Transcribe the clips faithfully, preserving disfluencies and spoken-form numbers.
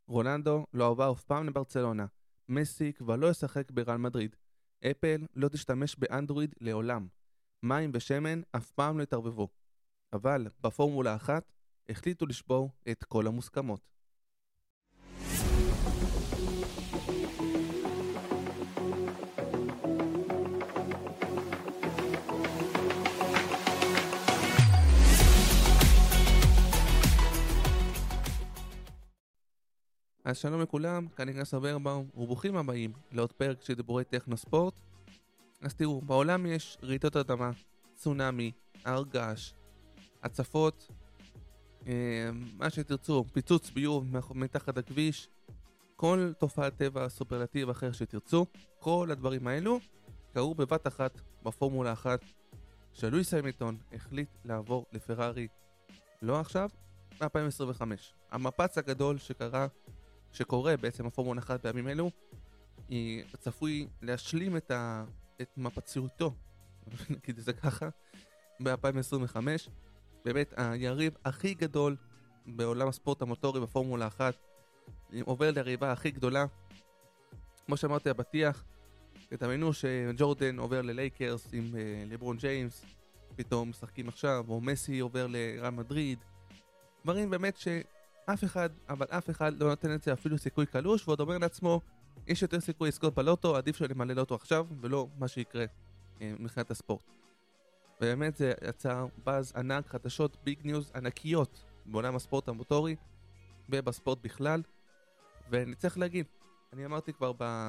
רונלדו לא עבר אף פעם לברצלונה. מסי כבר לא ישחק בריאל מדריד. אפל לא תשתמש באנדרואיד לעולם. מים ושמן אף פעם לא יתערבבו. אבל בפורמולה אחת החליטו לשבור את כל המוסכמות. אז שלום לכולם, כאן נכנס אברבאום, וברוכים הבאים לעוד פרק של דיבורי טכנו ספורט. אז תראו, בעולם יש רעידות אדמה, צונאמי, הר געש, הצפות, אה, מה שתרצו, פיצוץ ביוב מתחת הכביש, כל תופעת טבע סופרלטיב אחר שתרצו, כל הדברים האלו קרו בבת אחת בפורמולה אחת, שלואיס המילטון החליט לעבור לפרארי, לא עכשיו, ב-אלפיים עשרים וחמש. המפץ הגדול שקרה שקורה בעצם הפורמולה אחת בימים אלו, היא צפוי להשלים את, ה... את מפציותו, נגיד את זה ככה, ב-אלפיים עשרים וחמש. באמת היריב הכי גדול בעולם הספורט המוטורי בפורמולה אחת, עובר ליריבה הכי גדולה. כמו שאמרתי הבטיח, תתאמנו שג'ורדן עובר ללייקרס עם uh, לברון ג'יימס, פתאום משחקים עכשיו, או מסי עובר לריאל מדריד, דברים באמת ש... אף אחד, אבל אף אחד לא נותן את זה אפילו סיכוי קלוש, ועוד אומר לעצמו, יש יותר סיכוי לזכות בלוטו, עדיף שלא למלא לוטו עכשיו, ולא מה שיקרה אה, מבחינת הספורט. ובאמת זה יצר באז ענק, חדשות ביג ניוז ענקיות בעולם הספורט המוטורי, ובספורט בכלל. ואני צריך להגיד, אני אמרתי כבר ב...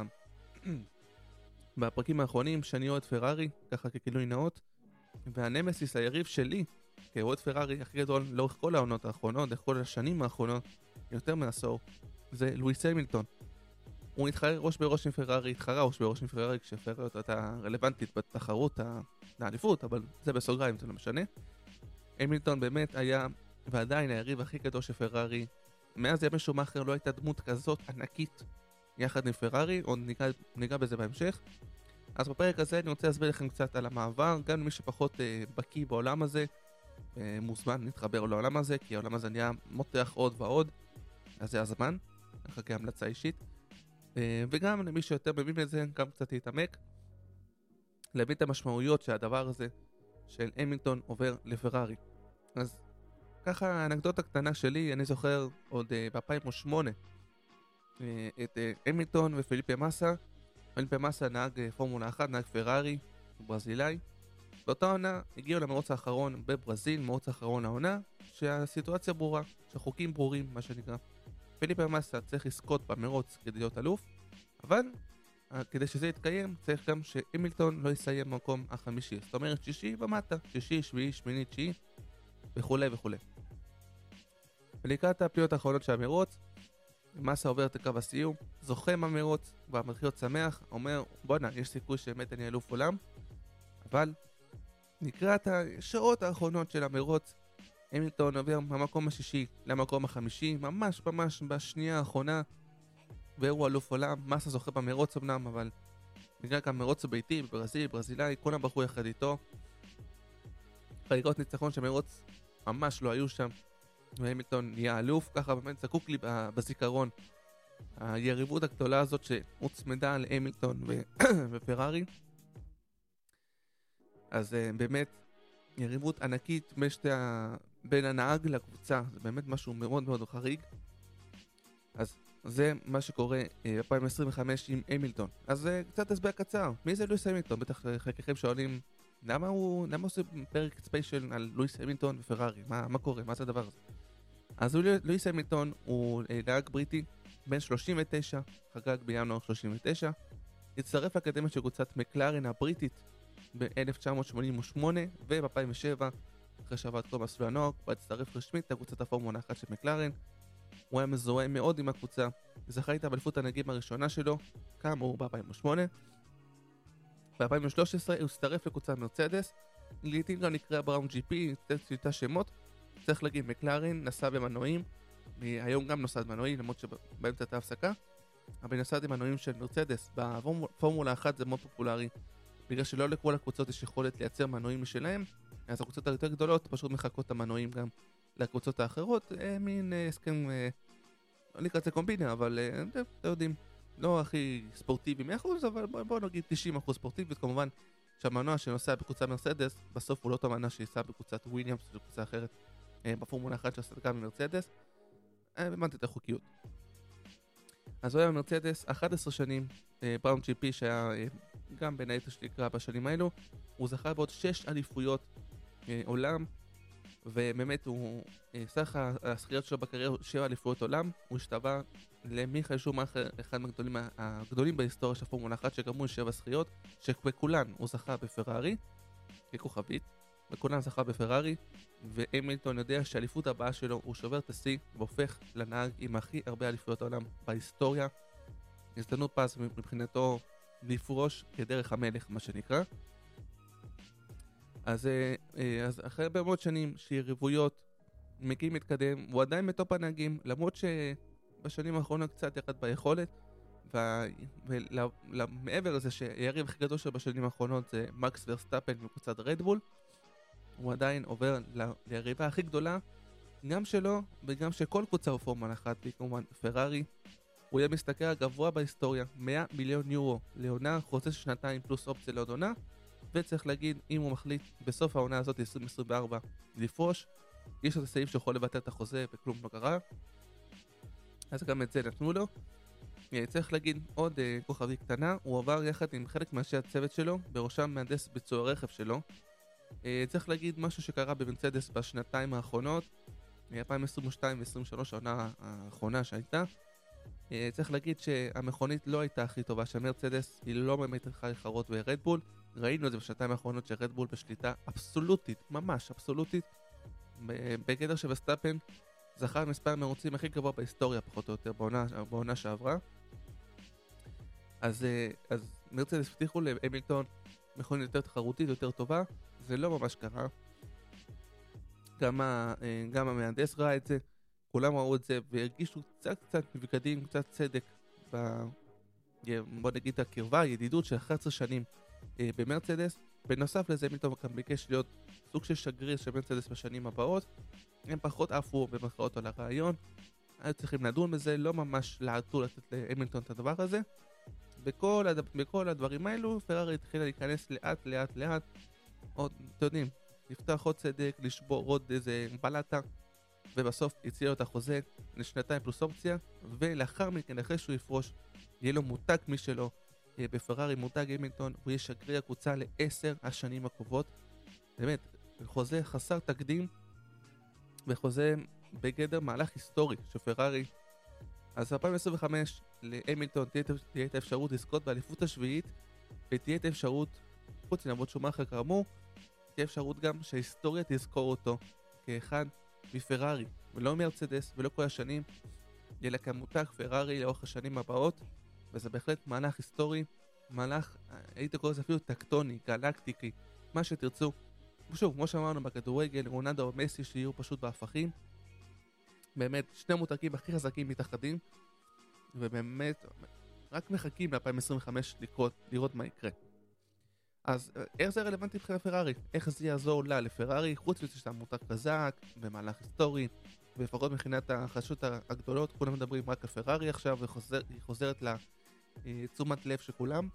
בפרקים האחרונים שאני אוהד פרארי, ככה ככילוי נאות, והנמסיס היריב שלי, כאוהד פרארי הכי גדול לאורך כל העונות האחרונות, לאורך כל השנים האחרונות, יותר מעשור, זה לואיס המילטון. הוא התחרה ראש בראש עם פרארי, התחרה ראש בראש עם פרארי כשפרארי הייתה רלוונטית בתחרות האליפות, אבל זה בסוגריים, זה לא משנה. המילטון באמת היה ועדיין היריב הכי גדול של פרארי. מאז ימי שומאכר לא הייתה דמות כזאת ענקית יחד עם פרארי, עוד ניגע, ניגע בזה בהמשך. אז בפרק הזה אני רוצה להסביר לכם קצת על המעבר, גם למי שפחות אה, בקיא בעולם הזה, אה, מוזמן להתחבר לעולם הזה, כי העולם הזה נהיה מותח עוד ועוד, אז זה הזמן, אחר כך המלצה אישית, אה, וגם למי שיותר מבין לזה, גם קצת להתעמק, להבין את המשמעויות שהדבר הזה של המילטון עובר לפרארי. אז ככה האנקדוטה הקטנה שלי, אני זוכר עוד אה, ב-אלפיים ושמונה, אה, את אה, המילטון ופיליפה מסה, פיליפה מסה נהג אה, פורמולה אחת, נהג פרארי, ברזילאי, באותה עונה הגיעו למרוץ האחרון בברזיל, מרוץ האחרון העונה, שהסיטואציה ברורה, שהחוקים ברורים, מה שנקרא. פיליפה מסה צריך לזכות במרוץ כדי להיות אלוף, אבל כדי שזה יתקיים צריך גם שהמילטון לא יסיים במקום החמישי, זאת אומרת שישי ומטה, שישי, שביעי, שמיני, תשיעי וכו' וכו'. ולקראת הפניות האחרונות של המרוץ, מסה עובר את קו הסיום, זוכה מהמרוץ והמתחיל להיות שמח, אומר בואנה, יש סיכוי שבאמת אני אלוף עולם, אבל לקראת השעות האחרונות של המרוץ, המילטון עובר מהמקום השישי למקום החמישי, ממש ממש בשנייה האחרונה, והוא אלוף עולם. מסה זוכה במרוץ אמנם, אבל בגלל כאן מרוץ ביתי בברזיל, ברזילאי, כולם בחרו יחד איתו. חגיגות ניצחון של מרוץ ממש לא היו שם, והמילטון נהיה אלוף, ככה באמת זקוק לי בזיכרון היריבות הגדולה הזאת שהוצמדה על המילטון ופרארי. אז uh, באמת יריבות ענקית ה... בין הנהג לקבוצה, זה באמת משהו מאוד מאוד חריג. אז זה מה שקורה ב-אלפיים עשרים וחמש עם המילטון. אז uh, קצת הסבר קצר, מי זה לואיס המילטון? בטח חלקכם שואלים למה הוא, למה הוא עושה פרק ספיישל על לואיס המילטון ופרארי, מה, מה קורה, מה זה הדבר הזה? אז לואיס המילטון הוא נהג בריטי בן שלושים ותשע, חגג בינואר שלושים ותשע, הצטרף לאקדמיה של קבוצת מקלרן הבריטית ב-אלף תשע מאות שמונים ושמונה, וב-אלפיים ושבע, אחרי שעבר את כל מסלול הנוער, הוא הצטרף רשמית לקבוצת הפורמולה אחת של מקלרן. הוא היה מזוהה מאוד עם הקבוצה, זכה איתה באליפות הנהגים הראשונה שלו, כאמור ב-אלפיים ושמונה. ב-אלפיים ושלוש עשרה הוא הצטרף לקבוצת מרצדס, לעתים גם נקרא בראון ג'י פי, תצליטה שמות. צריך להגיד, מקלרן נסע במנועים, היום גם נוסד מנועים, למרות שבאמצע את ההפסקה, אבל נסע עם מנועים של מרצדס. בפורמולה אחת זה מאוד פופולרי, בגלל שלא לכל הקבוצות יש יכולת לייצר מנועים משלהם, אז הקבוצות היותר גדולות פשוט מחכות את המנועים גם לקבוצות האחרות, אה, מין אה, הסכם, אה, אני קצת קומבינה, אבל אתם יודעים, לא הכי ספורטיבי מאה אחוז, אבל בואו נגיד תשעים אחוז ספורטיבית. כמובן שהמנוע שנוסע בקבוצה מרצדס, בסוף הוא לא אותו מנוע שיסע בקבוצת וויליאמס, זו קבוצה אחרת בפורמולה אחת שעשתה גם במרצדס. הבנתי את החוקיות. אז הוא היה במרצדס אחת עשרה שנים, בראון ג'י פי שהיה גם בין היתר שנקרא בשנים האלו, הוא זכה בעוד שש אליפויות עולם, ובאמת הוא, סך הזכיות שלו בקריירה שבע אליפויות עולם, הוא השתווה למיכאל שומאכר, אחד מהגדולים הגדולים בהיסטוריה של פורמולה אחת, שגרמו שבע זכיות, שבכולן הוא זכה בפרארי, ככוכבית, בכולן זכה בפרארי, והמילטון יודע שהאליפות הבאה שלו הוא שובר את השיא, והופך לנהג עם הכי הרבה אליפויות העולם בהיסטוריה. הזדמנות פז מבחינתו לפרוש כדרך המלך, מה שנקרא. אז, אז אחרי הרבה מאוד שנים שיריבויות, מגיעים מתקדם, הוא עדיין מטופ הנהגים, למרות שבשנים האחרונות קצת ירד ביכולת, ומעבר לזה שהיריב הכי גדול שלו בשנים האחרונות זה מקס ורסטאפן מקבוצת רדבול, הוא עדיין עובר ליריבה הכי גדולה, גם שלו וגם של כל קבוצה בפורמולה אחת, והיא כמובן פרארי. הוא יהיה מסתכל הגבוה בהיסטוריה, מאה מיליון יורו לעונה, חוזה של שנתיים פלוס אופציה לעוד עונה, וצריך להגיד, אם הוא מחליט בסוף העונה הזאת עשרים עשרים וארבע לפרוש, יש לו את הסעיף שיכול לבטל את החוזה וכלום לא קרה, אז גם את זה נתנו לו. צריך להגיד עוד uh, כוכבי קטנה, הוא עבר יחד עם חלק מאנשי הצוות שלו, בראשם מהנדס ביצוע הרכב שלו. uh, צריך להגיד משהו שקרה במרצדס בשנתיים האחרונות, אלפיים עשרים ושתיים ו-עשרים ושלוש, העונה האחרונה שהייתה. uh, צריך להגיד שהמכונית לא הייתה הכי טובה של מרצדס, היא לא באמת הלכה לחרות ברדבול. ראינו את זה בשנתיים האחרונות שרדבול בשליטה אבסולוטית, ממש אבסולוטית, בגדר שווסטאפן זכה במספר המרוצים הכי גבוה בהיסטוריה פחות או יותר בעונה, בעונה שעברה. אז, אז מרצדס הבטיחו להמילטון מכונית יותר תחרותית, יותר טובה, זה לא ממש קרה. גם, ה, גם המהנדס ראה את זה, כולם ראו את זה והרגישו קצת קצת מבגדים, קצת צדק ב, בוא נגיד הקרבה, הידידות של אחת עשרה שנים במרצדס. בנוסף לזה המילטון גם ביקש להיות סוג של שגריר של מרצדס בשנים הבאות. הם פחות עפו במחאות על הרעיון, היו צריכים לדון בזה, לא ממש לעטו לתת להמילטון את הדבר הזה. בכל, הד... בכל הדברים האלו פרארי התחילה להיכנס לאט לאט לאט, עוד, אתם יודעים, לפתוח עוד צדק, לשבור עוד איזה בלטה, ובסוף הציע לו את החוזה לשנתיים פלוס אופציה, ולאחר מכן, אחרי שהוא יפרוש, יהיה לו מותג משלו בפרארי, מותג המילטון, הוא יהיה שגריר הקבוצה לעשר השנים הקרובות. באמת, חוזה חסר תקדים, וחוזה בגדר מהלך היסטורי של פרארי. אז אלפיים עשרים וחמש להמילטון תהיה, תהיה את האפשרות לזכות באליפות השביעית, ותהיה את האפשרות, חוץ מלמרות שומאכר כאמור, תהיה אפשרות גם שההיסטוריה תזכור אותו כאחד מפרארי, ולא מרצדס ולא כל השנים, אלא כמותג פרארי לאורך השנים הבאות, וזה בהחלט מהלך היסטורי, מהלך, הייתי קורא לזה אפילו טקטוני, גלקטיקי, מה שתרצו. שוב, כמו שאמרנו בכדורגל, רונלדו או מסי שיהיו פשוט בהפכים. באמת, שני המותגים הכי חזקים מתאחדים, ובאמת, רק מחכים ב-אלפיים עשרים וחמש לקרות, לראות מה יקרה. אז איך זה רלוונטי מבחינת פרארי? איך זה יעזור לה לפרארי? חוץ מזה שאתה מותג חזק, במהלך היסטורי, ולפחות מבחינת החדשות הגדולות, כולם מדברים רק על פרארי עכשיו, והיא חוזרת לתשומת לב של כולם.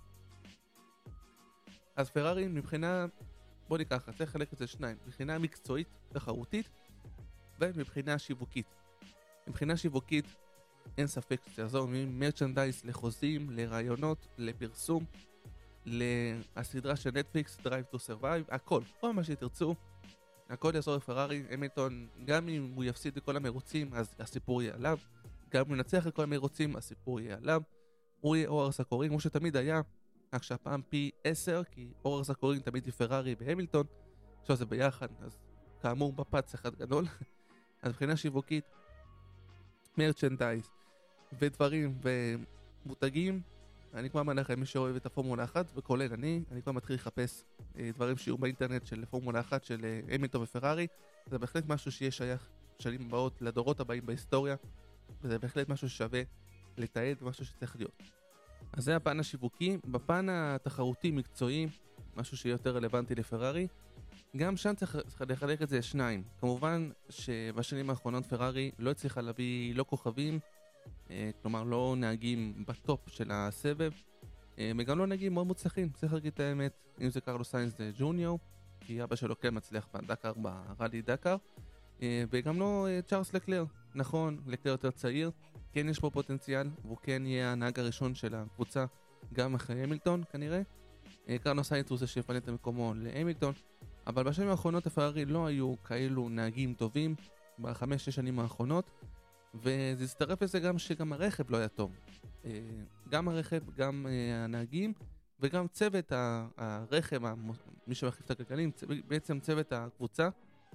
אז פרארי מבחינה, בוא ניקח, צריך לחלק את זה שניים, מבחינה מקצועית, תחרותית, ומבחינה שיווקית. מבחינה שיווקית, אין ספק שזה יעזור ממרצ'נדייז לחוזים, לרעיונות, לפרסום, לסדרה של נטפליקס, Drive to Survive, הכל, כל מה שתרצו, הכל יעזור לפרארי. המילטון, גם אם הוא יפסיד לכל המרוצים, אז הסיפור יהיה עליו, גם אם הוא ינצח לכל המרוצים, הסיפור יהיה עליו, הוא יהיה אור הסקורין, כמו שתמיד היה, רק שהפעם פי עשר, כי אור הסקורין תמיד לפרארי בהמילטון, עכשיו זה ביחד, אז כאמור בפץ אחד גדול. אז מבחינה שיווקית, מרצ'נדייז ודברים ומותגים, אני כבר מלך למי שאוהב את הפורמולה אחת, וכולל אני, אני כבר מתחיל לחפש אה, דברים שיהיו באינטרנט של פורמולה אחת של אה, המילטון ופרארי. זה בהחלט משהו שיהיה שייך שנים הבאות לדורות הבאים בהיסטוריה, וזה בהחלט משהו ששווה לתעד ומשהו שצריך להיות. אז זה הפן השיווקי. בפן התחרותי מקצועי, משהו שיהיה יותר רלוונטי לפרארי, גם שם צריך לחלק את זה שניים. כמובן שבשנים האחרונות פרארי לא הצליחה להביא לא כוכבים כלומר לא נהגים בטופ של הסבב, וגם לא נהגים מאוד מוצלחים, צריך להגיד את האמת. אם זה קרלוס סיינס זה ג'וניור, כי אבא שלו כן מצליח בדקר, ברלי דקר, וגם לא צ'ארלס לקלר. נכון, לקלר יותר צעיר, כן יש פה פוטנציאל, והוא כן יהיה הנהג הראשון של הקבוצה גם אחרי המילטון כנראה. קרלוס סיינס הוא זה שיפנה את המקומו להמילטון, אבל בשנים האחרונות הפרארי לא היו כאלו נהגים טובים בחמש שש שנים האחרונות, וזה הצטרף לזה גם שגם הרכב לא היה טוב. גם הרכב, גם הנהגים וגם צוות הרכב, מי שמחליף את הגלגלים, בעצם צוות הקבוצה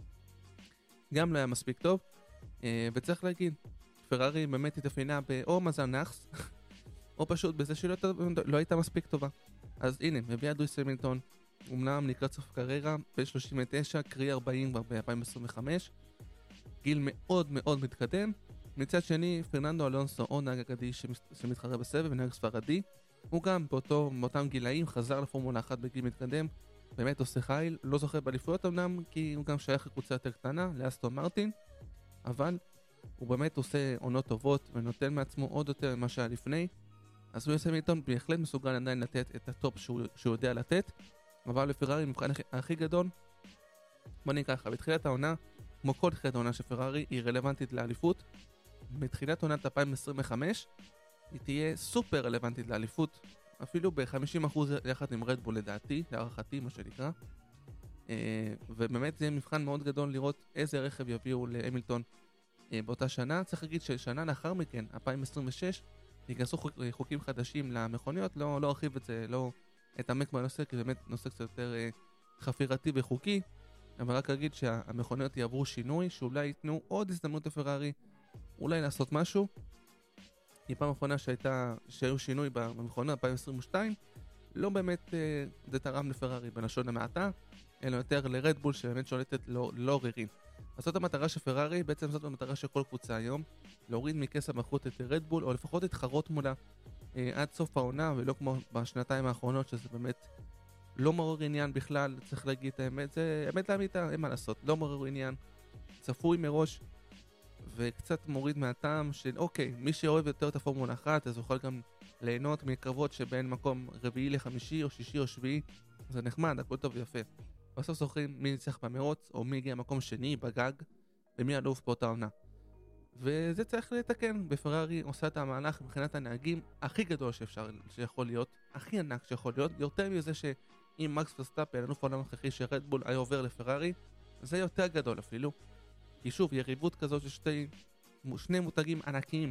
גם לא היה מספיק טוב. וצריך להגיד, פרארי באמת התאפיינה באו מזל נחס או פשוט בזה שהיא לא הייתה מספיק טובה. אז הנה, מביאה לואיס המילטון, אומנם לקראת סוף קריירה, ב-שלושים ותשע, קרי ארבעים כבר ב-אלפיים עשרים וחמש, גיל מאוד מאוד מתקדם. מצד שני, פרננדו אלונסו, או נהג אגדי שמתחרה בסבב, נהג ספרדי, הוא גם באותו, באותם גילאים חזר לפורמולה אחת בגיל מתקדם, באמת עושה חייל, לא זוכה באליפויות אמנם, כי הוא גם שייך לקבוצה יותר קטנה, לאסטון מרטין, אבל הוא באמת עושה עונות טובות ונותן מעצמו עוד יותר ממה שהיה לפני. אז לואיס המילטון בהחלט מסוגל עדיין לתת את הטופ שהוא, שהוא יודע לתת, אבל לפרארי מבחן הכי, הכי גדול, בוא נקרא ככה, בתחילת העונה, כמו כל תחילת העונה של פרארי, היא רלוונטית לאליפות. בתחילת עונת אלפיים עשרים וחמש היא תהיה סופר רלוונטית לאליפות, אפילו ב-חמישים אחוז יחד עם רדבול לדעתי, להערכתי מה שנקרא. ובאמת זה מבחן מאוד גדול לראות איזה רכב יביאו להמילטון באותה שנה. צריך להגיד ששנה לאחר מכן, אלפיים עשרים ושש, ייכנסו חוק, חוקים חדשים למכוניות, לא, לא ארחיב את זה, לא אתעמק בנושא, כי זה באמת נושא קצת יותר חפירתי וחוקי, אבל רק אגיד שהמכוניות יעברו שינוי, שאולי ייתנו עוד הזדמנות לפרארי, אולי לעשות משהו. כי פעם האחרונה שהייתה, שהיו שינוי במכונה אלפיים עשרים ושתיים, לא באמת אה, זה תרם לפרארי בלשון המעטה, אלא יותר לרדבול שבאמת שולטת לא, לא עוררין. אז זאת המטרה של פרארי, בעצם זאת המטרה של כל קבוצה היום, להוריד מכס המלכות את רדבול, או לפחות להתחרות מולה אה, עד סוף העונה, ולא כמו בשנתיים האחרונות, שזה באמת לא מעורר עניין בכלל. צריך להגיד את האמת, זה אמת לאמיתה, אין מה לעשות, לא מעורר עניין, צפוי מראש, וקצת מוריד מהטעם של אוקיי, מי שאוהב יותר את הפורמולה אחת, אז הוא יכול גם ליהנות מקרבות שבין מקום רביעי לחמישי או שישי או שביעי, זה נחמד, הכל טוב ויפה. בסוף זוכרים מי ניצח במרוץ, או מי הגיע מקום שני בגג, ומי אלוף באותה עונה. וזה צריך לתקן. בפרארי עושה את המהלך מבחינת הנהגים הכי גדול שאפשר, שיכול להיות, הכי ענק שיכול להיות, יותר מזה שאם מקס ורסטאפן, אלוף העולם הנוכחי של רדבול, היה עובר לפרארי, זה יותר גדול אפילו. כי שוב, יריבות כזאת של שתי, שני מותגים ענקיים.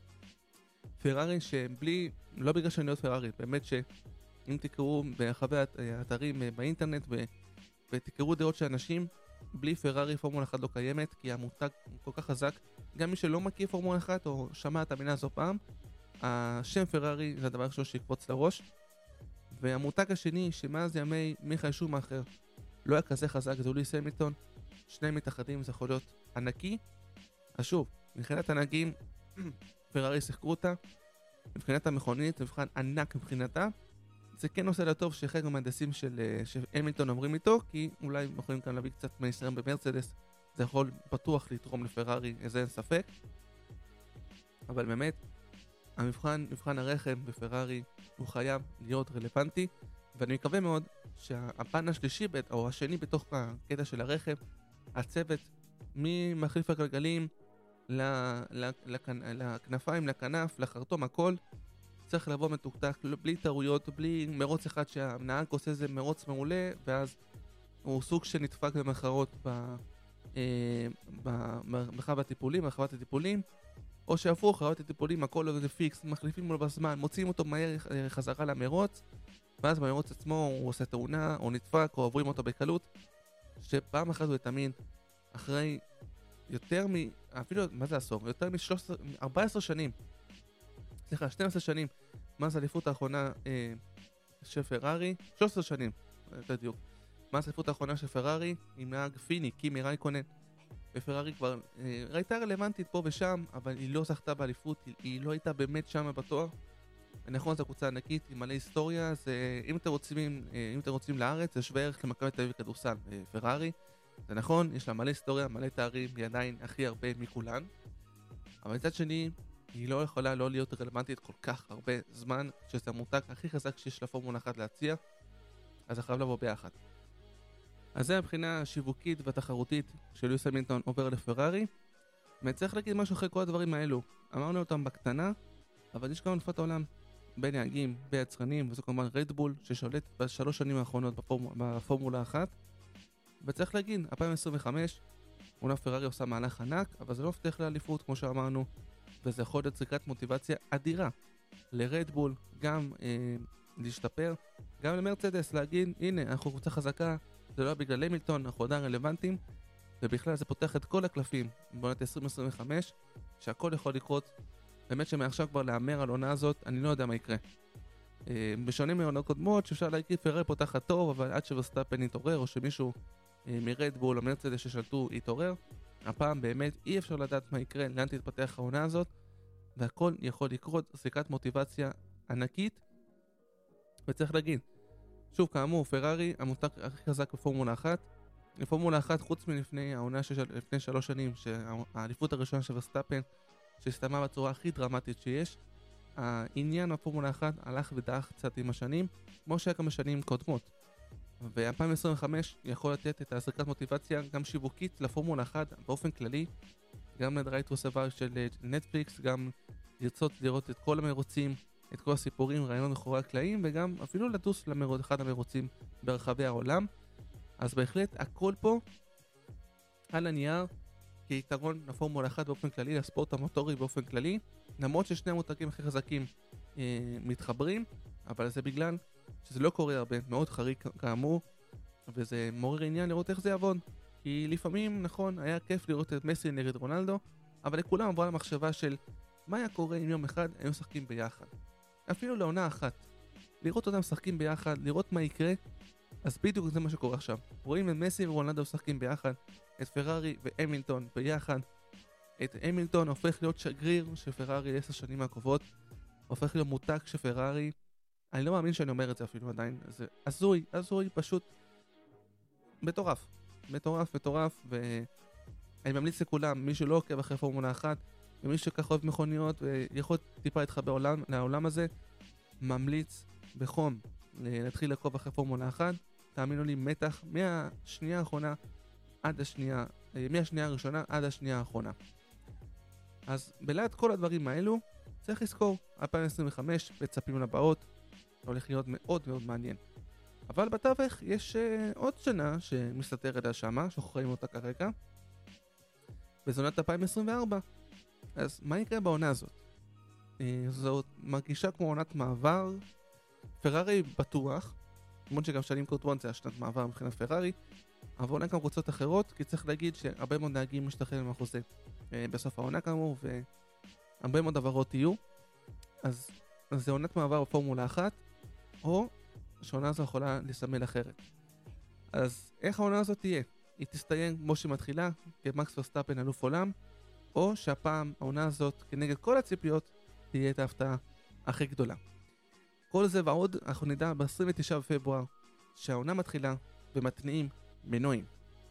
פרארי שבלי, לא בגלל שאני להיות פרארי, באמת שאם תקראו ברחבי האתרים באינטרנט ו, ותקראו דעות של אנשים, בלי פרארי פורמולה אחת לא קיימת, כי המותג כל כך חזק. גם מי שלא מכיר פורמולה אחת או שמע את המילה הזו פעם, השם פרארי זה הדבר ראשון שיקפוץ לראש. והמותג השני, שמאז ימי מיכאל שומאכר לא היה כזה חזק, זה לואיס המילטון. שני מתאחדים זה יכול להיות ענקי. אז שוב, מבחינת הנהגים פרארי שיחקו אותה, מבחינת המכונית זה מבחן ענק מבחינתה. זה כן עושה לה טוב שחלק מהמהנדסים של המילטון אומרים איתו, כי אולי יכולים כאן להביא קצת מניסיון במרצדס, זה יכול בטוח לתרום לפרארי, איזה אין ספק. אבל באמת המבחן, מבחן הרכב בפרארי הוא חייב להיות רלוונטי, ואני מקווה מאוד שהפן השלישי או השני בתוך הקטע של הרכב, הצוות ממחליף הגלגלים לכנפיים, לכנף, לחרטום, הכל צריך לבוא מתוקתק, בלי טעויות, בלי מרוץ אחד שהנהג עושה איזה מרוץ מעולה, ואז הוא סוג שנדפק במחרות במרחב הטיפולים, מרחבת הטיפולים, או שהפוך, מרחבת הטיפולים, הכל לא זה פיקס, מחליפים לו בזמן, מוציאים אותו מהר חזרה למרוץ, ואז במרוץ עצמו הוא עושה תאונה, או נדפק, או עוברים אותו בקלות, שפעם אחת הוא יתאמין, אחרי יותר מ... אפילו, מה זה עשור? יותר מ-ארבע עשרה שנים, סליחה, שתים עשרה שנים, מאז האליפות האחרונה אה, של פרארי, שלוש עשרה שנים, בדיוק, מאז האליפות האחרונה של פרארי, עם נהג פיני, קימי רייקונן, ופרארי כבר אה, ראיתה רלוונטית פה ושם, אבל היא לא זכתה באליפות, היא, היא לא הייתה באמת שם בתואר. נכון, זו קבוצה ענקית עם מלא היסטוריה, זה, אם אתם רוצים, אם אתם רוצים לארץ, זה שווה ערך למכבי תל אביב בכדורסל, פרארי. זה נכון, יש לה מלא היסטוריה, מלא תארים, היא עדיין הכי הרבה מכולן. אבל מצד שני, היא לא יכולה לא להיות רלוונטית כל כך הרבה זמן, שזה המותג הכי חזק שיש לפורמולה אחת להציע, אז זה חייב לבוא ביחד. אז זה הבחינה השיווקית והתחרותית של לואיס המילטון עובר לפרארי, וצריך להגיד משהו אחרי כל הדברים האלו. אמרנו אותם בקטנה, אבל יש גם אלופת העולם בנהגים, ביצרנים, וזו כמובן רדבול ששולט בשלוש שנים האחרונות בפורמ... בפורמולה אחת. וצריך להגיד, אלפיים עשרים וחמש עונה פרארי עושה מהלך ענק, אבל זה לא מבטיח לאליפות כמו שאמרנו, וזה יכול להיות זריקת מוטיבציה אדירה לרדבול, גם אה, להשתפר, גם למרצדס להגיד, הנה אנחנו קבוצה חזקה, זה לא בגלל המילטון, אנחנו עדיין רלוונטיים, ובכלל זה פותח את כל הקלפים בעונת עשרים עשרים וחמש, שהכל יכול לקרות. באמת שמעכשיו כבר לאמר על עונה הזאת, אני לא יודע מה יקרה. אה, בשונה מעונות קודמות, שאפשר להגיד פרארי פותחת טוב, אבל עד שוורסטאפן יתעורר, או שמישהו אה, מרדבול או מרצדס ששלטו יתעורר, הפעם באמת אי אפשר לדעת מה יקרה, לאן תתפתח העונה הזאת, והכל יכול לקרות, זריקת מוטיבציה ענקית. וצריך להגיד, שוב כאמור, פרארי המותג הכי חזק בפורמולה אחת, בפורמולה אחת חוץ מלפני העונה של לפני שלוש שנים, שהאליפות הראשונה של ורסטאפן, שהסתיימה בצורה הכי דרמטית שיש, העניין בפורמולה אחת הלך ודעך קצת עם השנים, כמו שהיה כמה שנים קודמות. ו-אלפיים עשרים וחמש יכול לתת את הזריקת מוטיבציה גם שיווקית לפורמולה אחת באופן כללי, גם לדרייטרוסבר של נטפליקס, גם לרצות לראות את כל המרוצים, את כל הסיפורים, רעיונות מאחורי הקלעים, וגם אפילו לטוס למרוד, אחד המרוצים ברחבי העולם. אז בהחלט הכל פה על הנייר כיתרון לפורמולה אחת באופן כללי, לספורט המוטורי באופן כללי, למרות ששני המותגים הכי חזקים אה, מתחברים, אבל זה בגלל שזה לא קורה הרבה, מאוד חריג כאמור, וזה מעורר עניין לראות איך זה יעבוד. כי לפעמים, נכון, היה כיף לראות את מסי נגד רונלדו, אבל לכולם עברה למחשבה של מה היה קורה אם יום אחד היו משחקים ביחד. אפילו לעונה אחת. לראות אותם משחקים ביחד, לראות מה יקרה, אז בדיוק זה מה שקורה עכשיו. רואים את מסי ורונלדו משחקים ביחד, את פרארי והמילטון ביחד. את המילטון הופך להיות שגריר של פרארי עשר שנים הקרובות, הופך להיות מותג של פרארי. אני לא מאמין שאני אומר את זה אפילו עדיין, זה הזוי, הזוי, פשוט מטורף. מטורף, מטורף, ואני ממליץ לכולם, מי שלא עוקב אחרי פורמולה אחת, ומי שכך אוהב מכוניות ויכול טיפה להתחבר לעולם הזה, ממליץ בחום להתחיל לעקוב אחרי פורמולה אחת. תאמינו לי, מתח מהשנייה האחרונה עד השנייה, מהשנייה הראשונה עד השנייה האחרונה. אז בלעד כל הדברים האלו, צריך לזכור, אלפיים עשרים וחמש בצפים לבאות, הולך להיות מאוד מאוד מעניין. אבל בתווך יש uh, עוד שנה שמסתתרת על שמה, שאנחנו חיים אותה כרגע, וזו עונת אלפיים עשרים וארבע. אז מה יקרה בעונה הזאת? Uh, זאת מרגישה כמו עונת מעבר. פרארי בטוח, למרות שגם שנים קודמות זה השנת מעבר מבחינת פרארי, אבל עונה גם קבוצות אחרות, כי צריך להגיד שהרבה מאוד נהגים משתחררים מהחוזה uh, בסוף העונה כאמור, והרבה מאוד עברות יהיו. אז, אז זה עונת מעבר בפורמולה אחת, או שהעונה הזו יכולה לסמל אחרת. אז איך העונה הזאת תהיה? היא תסתיים כמו שהיא מתחילה, כמקס ורסטאפן אלוף עולם, או שהפעם העונה הזאת, כנגד כל הציפיות, תהיה את ההפתעה הכי גדולה. כל זה ועוד, אנחנו נדע ב-עשרים ותשעה בפברואר, שהעונה מתחילה ומתניעים מנועים.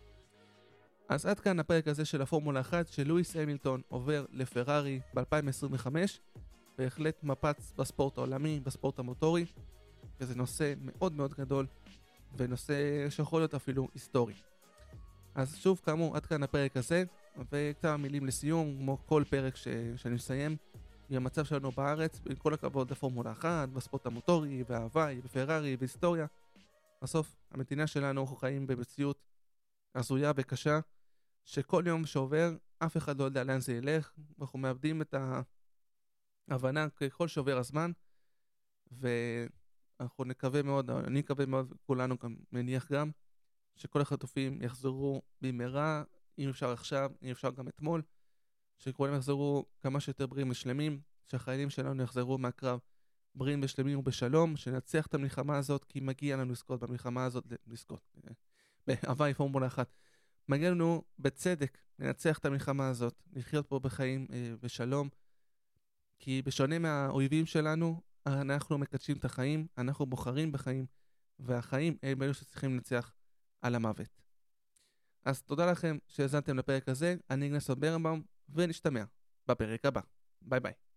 אז עד כאן הפרק הזה של הפורמולה אחת, שלואיס המילטון עובר לפרארי ב-אלפיים עשרים וחמש, בהחלט מפץ בספורט העולמי, בספורט המוטורי, וזה נושא מאוד מאוד גדול, ונושא שיכול להיות אפילו היסטורי. אז שוב, כאמור, עד כאן הפרק הזה, וכמה מילים לסיום, כמו כל פרק ש... שאני מסיים, עם המצב שלנו בארץ, עם כל הכבוד לפורמולה אחת, בספורט המוטורי, וההוואי, בפרארי, והיסטוריה. בסוף, המדינה שלנו, אנחנו חיים במציאות הזויה וקשה, שכל יום שעובר, אף אחד לא יודע לאן זה ילך, ואנחנו מאבדים את ההבנה ככל שעובר הזמן, ו... אנחנו נקווה מאוד, אני מקווה מאוד, כולנו גם מניח גם, שכל החטופים יחזרו במהרה, אם אפשר עכשיו, אם אפשר גם אתמול, שכולם יחזרו כמה שיותר בריאים ושלמים, שהחיילים שלנו יחזרו מהקרב בריאים ושלמים ובשלום, שנצליח את המלחמה הזאת, כי מגיע לנו לזכות במלחמה הזאת, לזכות, בהוואי פורמולה אחת, מגיע לנו בצדק לנצח את המלחמה הזאת, לחיות פה בחיים אה, בשלום, כי בשונה מהאויבים שלנו, אנחנו מקדשים את החיים, אנחנו בוחרים בחיים, והחיים הם אלו שצריכים לנצח על המוות. אז תודה לכם שהאזנתם לפרק הזה, אני גנסון ברנבאום, ונשתמע בפרק הבא. ביי ביי.